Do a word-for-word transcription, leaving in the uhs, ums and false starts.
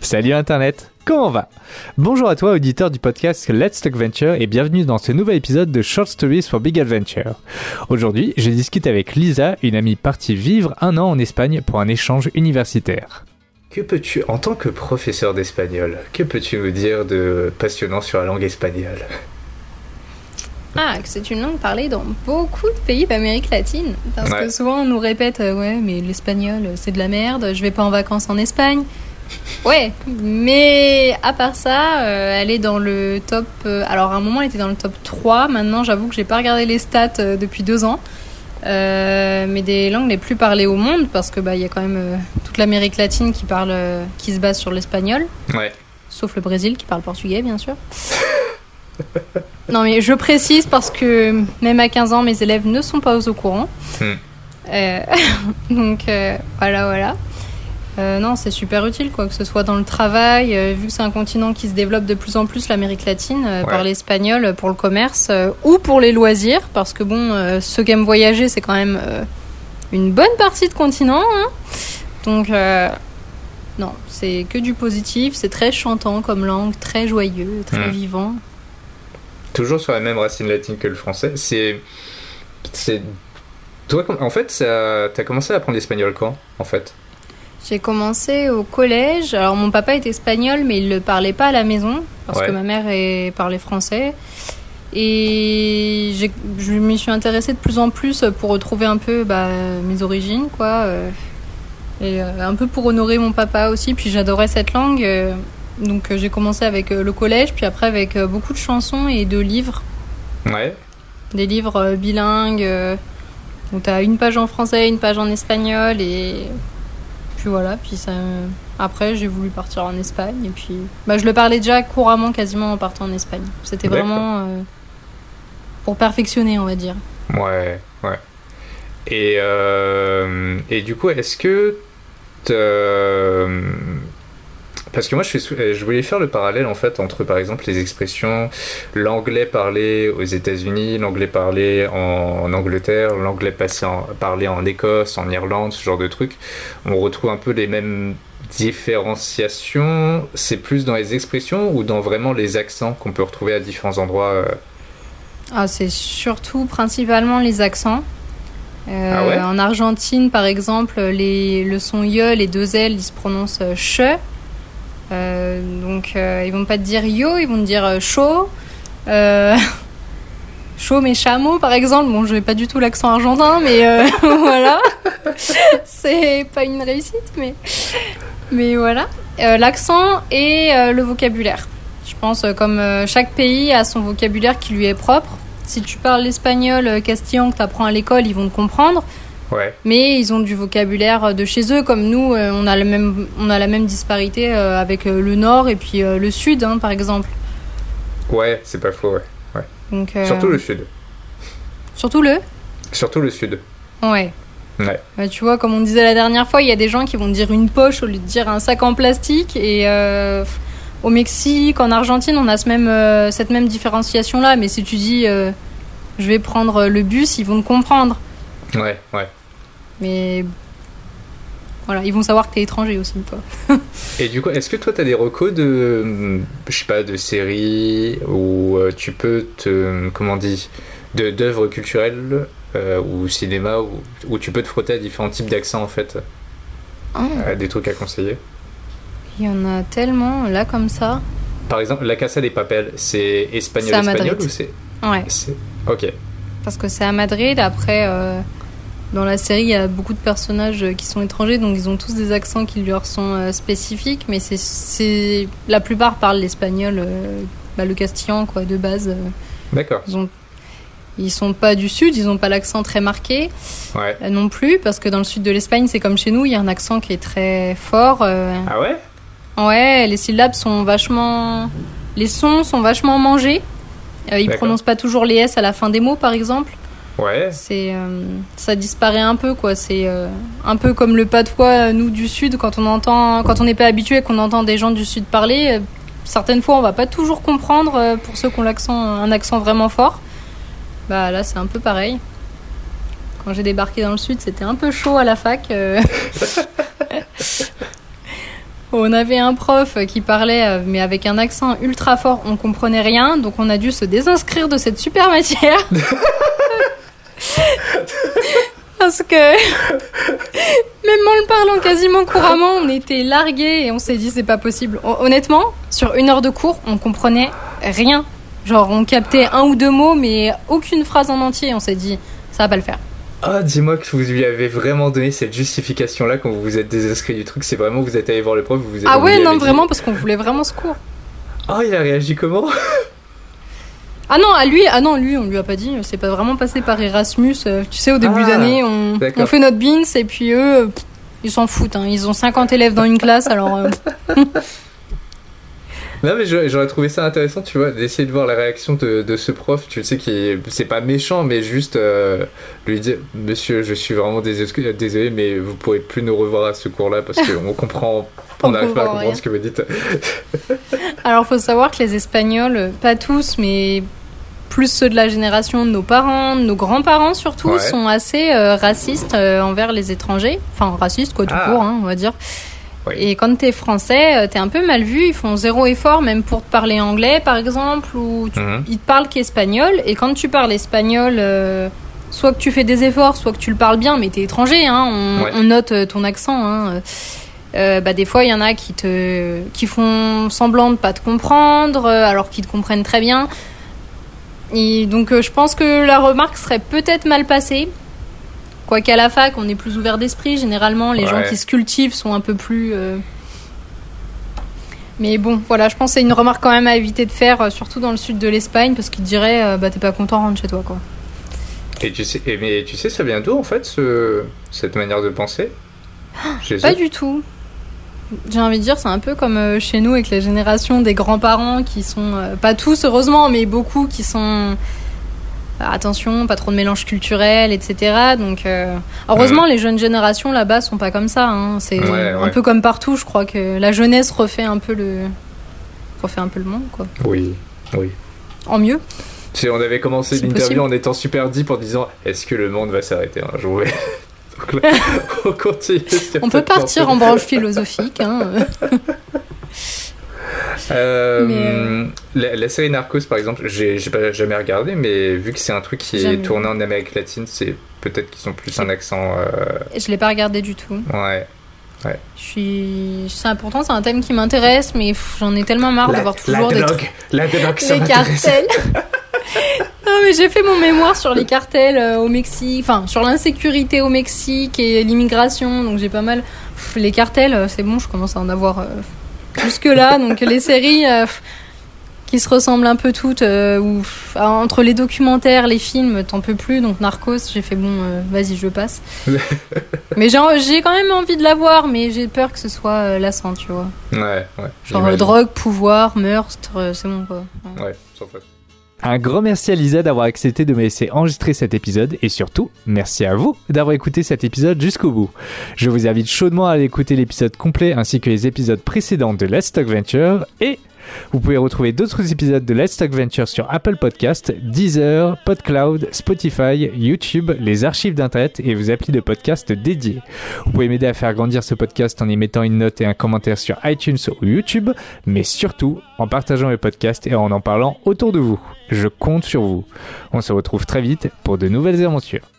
Salut Internet, comment va ? Bonjour à toi auditeur du podcast Let's Talk Venture et bienvenue dans ce nouvel épisode de Short Stories for Big Adventure. Aujourd'hui, je discute avec Lisa, une amie partie vivre un an en Espagne pour un échange universitaire. Que peux-tu, en tant que professeur d'espagnol, que peux-tu nous dire de passionnant sur la langue espagnole ? Ah, que c'est une langue parlée dans beaucoup de pays d'Amérique latine. Parce ouais. que souvent on nous répète euh, « Ouais, mais l'espagnol, c'est de la merde, je vais pas en vacances en Espagne. » Ouais, mais à part ça, euh, elle est dans le top... Euh, alors à un moment, elle était dans le top trois. Maintenant, j'avoue que j'ai pas regardé les stats euh, depuis deux ans. Euh, mais des langues les plus parlées au monde, parce que bah, y a quand même euh, toute l'Amérique latine qui, parle, euh, qui se base sur l'espagnol. Ouais. Sauf le Brésil, qui parle portugais, bien sûr. Non mais je précise parce que même à quinze ans mes élèves ne sont pas au courant. mm. euh, donc euh, voilà voilà euh, non c'est super utile quoi, que ce soit dans le travail euh, vu que c'est un continent qui se développe de plus en plus, l'Amérique latine, euh, ouais. parler espagnol pour le commerce euh, ou pour les loisirs, parce que bon euh, ceux qui aiment voyager c'est quand même euh, une bonne partie de continent hein. Donc euh, non c'est que du positif, c'est très chantant comme langue, très joyeux, très mm. vivant. Toujours sur la même racine latine que le français. C'est, c'est toi en fait, ça... t'as commencé à apprendre l'espagnol quand, en fait ? J'ai commencé au collège. Alors mon papa est espagnol, mais il le parlait pas à la maison parce ouais. que ma mère est... parlait français. Et j'ai... je m'y suis intéressée de plus en plus pour retrouver un peu bah, mes origines, quoi. Et un peu pour honorer mon papa aussi. Puis j'adorais cette langue. Donc euh, j'ai commencé avec euh, le collège, puis après avec euh, beaucoup de chansons et de livres. Ouais. Des livres euh, bilingues, euh, où t'as une page en français, une page en espagnol, et puis voilà. Puis ça... Après j'ai voulu partir en Espagne, et puis bah, je le parlais déjà couramment quasiment en partant en Espagne. C'était D'accord. vraiment euh, pour perfectionner, on va dire. Ouais, ouais. Et, euh, et du coup, est-ce que t'as... Parce que moi, je, fais, je voulais faire le parallèle en fait entre, par exemple, les expressions l'anglais parlé aux États-Unis, l'anglais parlé en, en Angleterre, l'anglais passé en, parlé en Écosse, en Irlande, ce genre de trucs. On retrouve un peu les mêmes différenciations. C'est plus dans les expressions ou dans vraiment les accents qu'on peut retrouver à différents endroits euh... ah, c'est surtout principalement les accents. Euh, ah ouais en Argentine, par exemple, les, le son ye, les deux L, ils se prononcent che. Euh, donc euh, ils vont pas te dire yo, ils vont te dire euh, chaud euh, chaud mais chameau par exemple. Bon, je n'ai pas du tout l'accent argentin, mais euh, voilà, c'est pas une réussite, mais mais voilà, euh, l'accent et euh, le vocabulaire. Je pense euh, comme euh, chaque pays a son vocabulaire qui lui est propre. Si tu parles l'espagnol euh, castillan que tu apprends à l'école, ils vont te comprendre. Ouais. Mais ils ont du vocabulaire de chez eux, comme nous, euh, on a le même, on a la même disparité euh, avec euh, le nord et puis euh, le sud, hein, par exemple. Ouais, c'est pas faux, ouais. ouais. Donc, euh, surtout le sud. Surtout le Surtout le sud. Ouais. Ouais. Bah, tu vois, comme on disait la dernière fois, il y a des gens qui vont dire une poche au lieu de dire un sac en plastique. Et euh, au Mexique, en Argentine, on a ce même, euh, cette même différenciation-là. Mais si tu dis euh, je vais prendre le bus, ils vont te comprendre. Ouais, ouais. Mais voilà, ils vont savoir que t'es étranger aussi, quoi. Et du coup, est-ce que toi t'as des recos de, je sais pas, de séries où euh, tu peux te, comment on dit, de d'œuvres culturelles euh, ou cinéma où, où tu peux te frotter à différents types d'accents en fait, oh. euh, des trucs à conseiller? Il y en a tellement là comme ça. Par exemple, La Casa de Papel, c'est espagnol c'est espagnol ou c'est? Ouais. C'est... Ok. Parce que c'est à Madrid. Après, euh, dans la série, il y a beaucoup de personnages qui sont étrangers, donc ils ont tous des accents qui leur sont euh, spécifiques. Mais c'est, c'est la plupart parlent l'espagnol, euh, bah, le castillan, quoi, de base. Euh, D'accord. Ils ont, ils sont pas du sud, ils ont pas l'accent très marqué. Ouais. Euh, non plus, parce que dans le sud de l'Espagne, c'est comme chez nous, il y a un accent qui est très fort. Euh, ah ouais. Ouais, les syllabes sont vachement, les sons sont vachement mangés. Euh, ils ne prononcent pas toujours les S à la fin des mots, par exemple. Ouais. C'est, euh, ça disparaît un peu, quoi. C'est euh, un peu comme le patois, nous, du Sud, quand on entend, quand on n'est pas habitué, qu'on entend des gens du Sud parler. Euh, certaines fois, on ne va pas toujours comprendre, euh, pour ceux qui ont l'accent, un accent vraiment fort. Bah là, c'est un peu pareil. Quand j'ai débarqué dans le Sud, c'était un peu chaud à la fac. Euh... On avait un prof qui parlait, mais avec un accent ultra fort, on comprenait rien, donc on a dû se désinscrire de cette super matière. Parce que même en le parlant quasiment couramment, on était largués et on s'est dit c'est pas possible. Honnêtement, sur une heure de cours, on comprenait rien. Genre on captait un ou deux mots, mais aucune phrase en entier. On s'est dit ça va pas le faire. Ah, dis-moi que vous lui avez vraiment donné cette justification-là quand vous vous êtes désinscrit du truc. C'est vraiment vous êtes allé voir le prof, vous vous avez. Ah ouais, non dit... vraiment parce qu'on voulait vraiment ce cours. Ah, il a réagi comment? Ah non, à lui, ah non, lui, on lui a pas dit. C'est pas vraiment passé par Erasmus. Tu sais, au début ah, d'année, on, on fait notre beans et puis eux, pff, ils s'en foutent. Hein. Ils ont cinquante élèves dans une classe, alors. Euh... Non, mais j'aurais trouvé ça intéressant, tu vois, d'essayer de voir la réaction de, de ce prof. Tu sais, qui c'est pas méchant, mais juste euh, lui dire, monsieur, je suis vraiment désolé, désolé, mais vous pourrez plus nous revoir à ce cours-là parce qu'on comprend. On n'arrive pas à comprendre rien. Ce que vous dites. Alors, faut savoir que les Espagnols, pas tous, mais plus ceux de la génération de nos parents, de nos grands-parents surtout, ouais. sont assez euh, racistes euh, envers les étrangers. Enfin, racistes, quoi, tout ah. court, hein, on va dire. Oui. Et quand t'es français, t'es un peu mal vu. Ils font zéro effort, même pour te parler anglais, par exemple, ou tu, mm-hmm. ils te parlent qu'espagnol. Et quand tu parles espagnol, euh, soit que tu fais des efforts, soit que tu le parles bien, mais t'es étranger, hein, on, ouais. on note ton accent, hein. Euh, bah, des fois, il y en a qui, te, qui font semblant de pas te comprendre, alors qu'ils te comprennent très bien. Et donc, euh, je pense que la remarque serait peut-être mal passée. Quoiqu'à la fac, on est plus ouvert d'esprit. Généralement, les ouais. gens qui se cultivent sont un peu plus... Euh... Mais bon, voilà, je pense que c'est une remarque quand même à éviter de faire, surtout dans le sud de l'Espagne, parce qu'ils diraient, euh, bah, t'es pas content, rentre chez toi, quoi. Et tu sais, et mais tu sais, ça vient d'où, en fait, ce, cette manière de penser? Pas eux. Du tout. J'ai envie de dire, c'est un peu comme euh, chez nous avec la génération des grands-parents qui sont, euh, pas tous heureusement, mais beaucoup qui sont, euh, attention, pas trop de mélange culturel, et cetera. Donc, euh, heureusement, mmh. les jeunes générations là-bas sont pas comme ça. Hein. C'est ouais, un ouais. peu comme partout, je crois que la jeunesse refait un peu le, refait un peu le monde, quoi. Oui, oui. En mieux. Tu sais, on avait commencé c'est l'interview possible. En étant super deep en disant, est-ce que le monde va s'arrêter un jour? Donc là, on continue. On peut partir en branche philosophique. Hein. euh, mais euh... la, la série Narcos, par exemple, j'ai, j'ai pas jamais regardé, mais vu que c'est un truc qui jamais. est tourné en Amérique latine, c'est peut-être qu'ils ont plus un accent. Euh... Je l'ai pas regardé du tout. Ouais. Ouais. Je suis. Ça, pourtant, c'est un thème qui m'intéresse, mais pff, j'en ai tellement marre la, de voir toujours la des drogue, la drogue, les cartels. Non, mais j'ai fait mon mémoire sur les cartels euh, au Mexique, enfin sur l'insécurité au Mexique et l'immigration, donc j'ai pas mal. Pff, les cartels, euh, c'est bon, je commence à en avoir euh, plus que là. Donc les séries euh, qui se ressemblent un peu toutes, euh, ou pff, entre les documentaires, les films, t'en peux plus. Donc Narcos, j'ai fait bon, euh, vas-y, je passe. Mais genre, j'ai quand même envie de la voir, mais j'ai peur que ce soit euh, lassant, tu vois. Ouais, ouais. Genre euh, drogue, pouvoir, meurtre, euh, c'est bon quoi. Ouais, ouais sans faute. Un grand merci à Lisa d'avoir accepté de me laisser enregistrer cet épisode et surtout, merci à vous d'avoir écouté cet épisode jusqu'au bout. Je vous invite chaudement à aller écouter l'épisode complet ainsi que les épisodes précédents de Let's Talk Venture et vous pouvez retrouver d'autres épisodes de Let's Talk Venture sur Apple Podcasts, Deezer, PodCloud, Spotify, YouTube, les archives d'internet et vos applis de podcast dédiés. Vous pouvez m'aider à faire grandir ce podcast en y mettant une note et un commentaire sur iTunes ou YouTube, mais surtout en partageant le podcast et en en parlant autour de vous. Je compte sur vous. On se retrouve très vite pour de nouvelles aventures.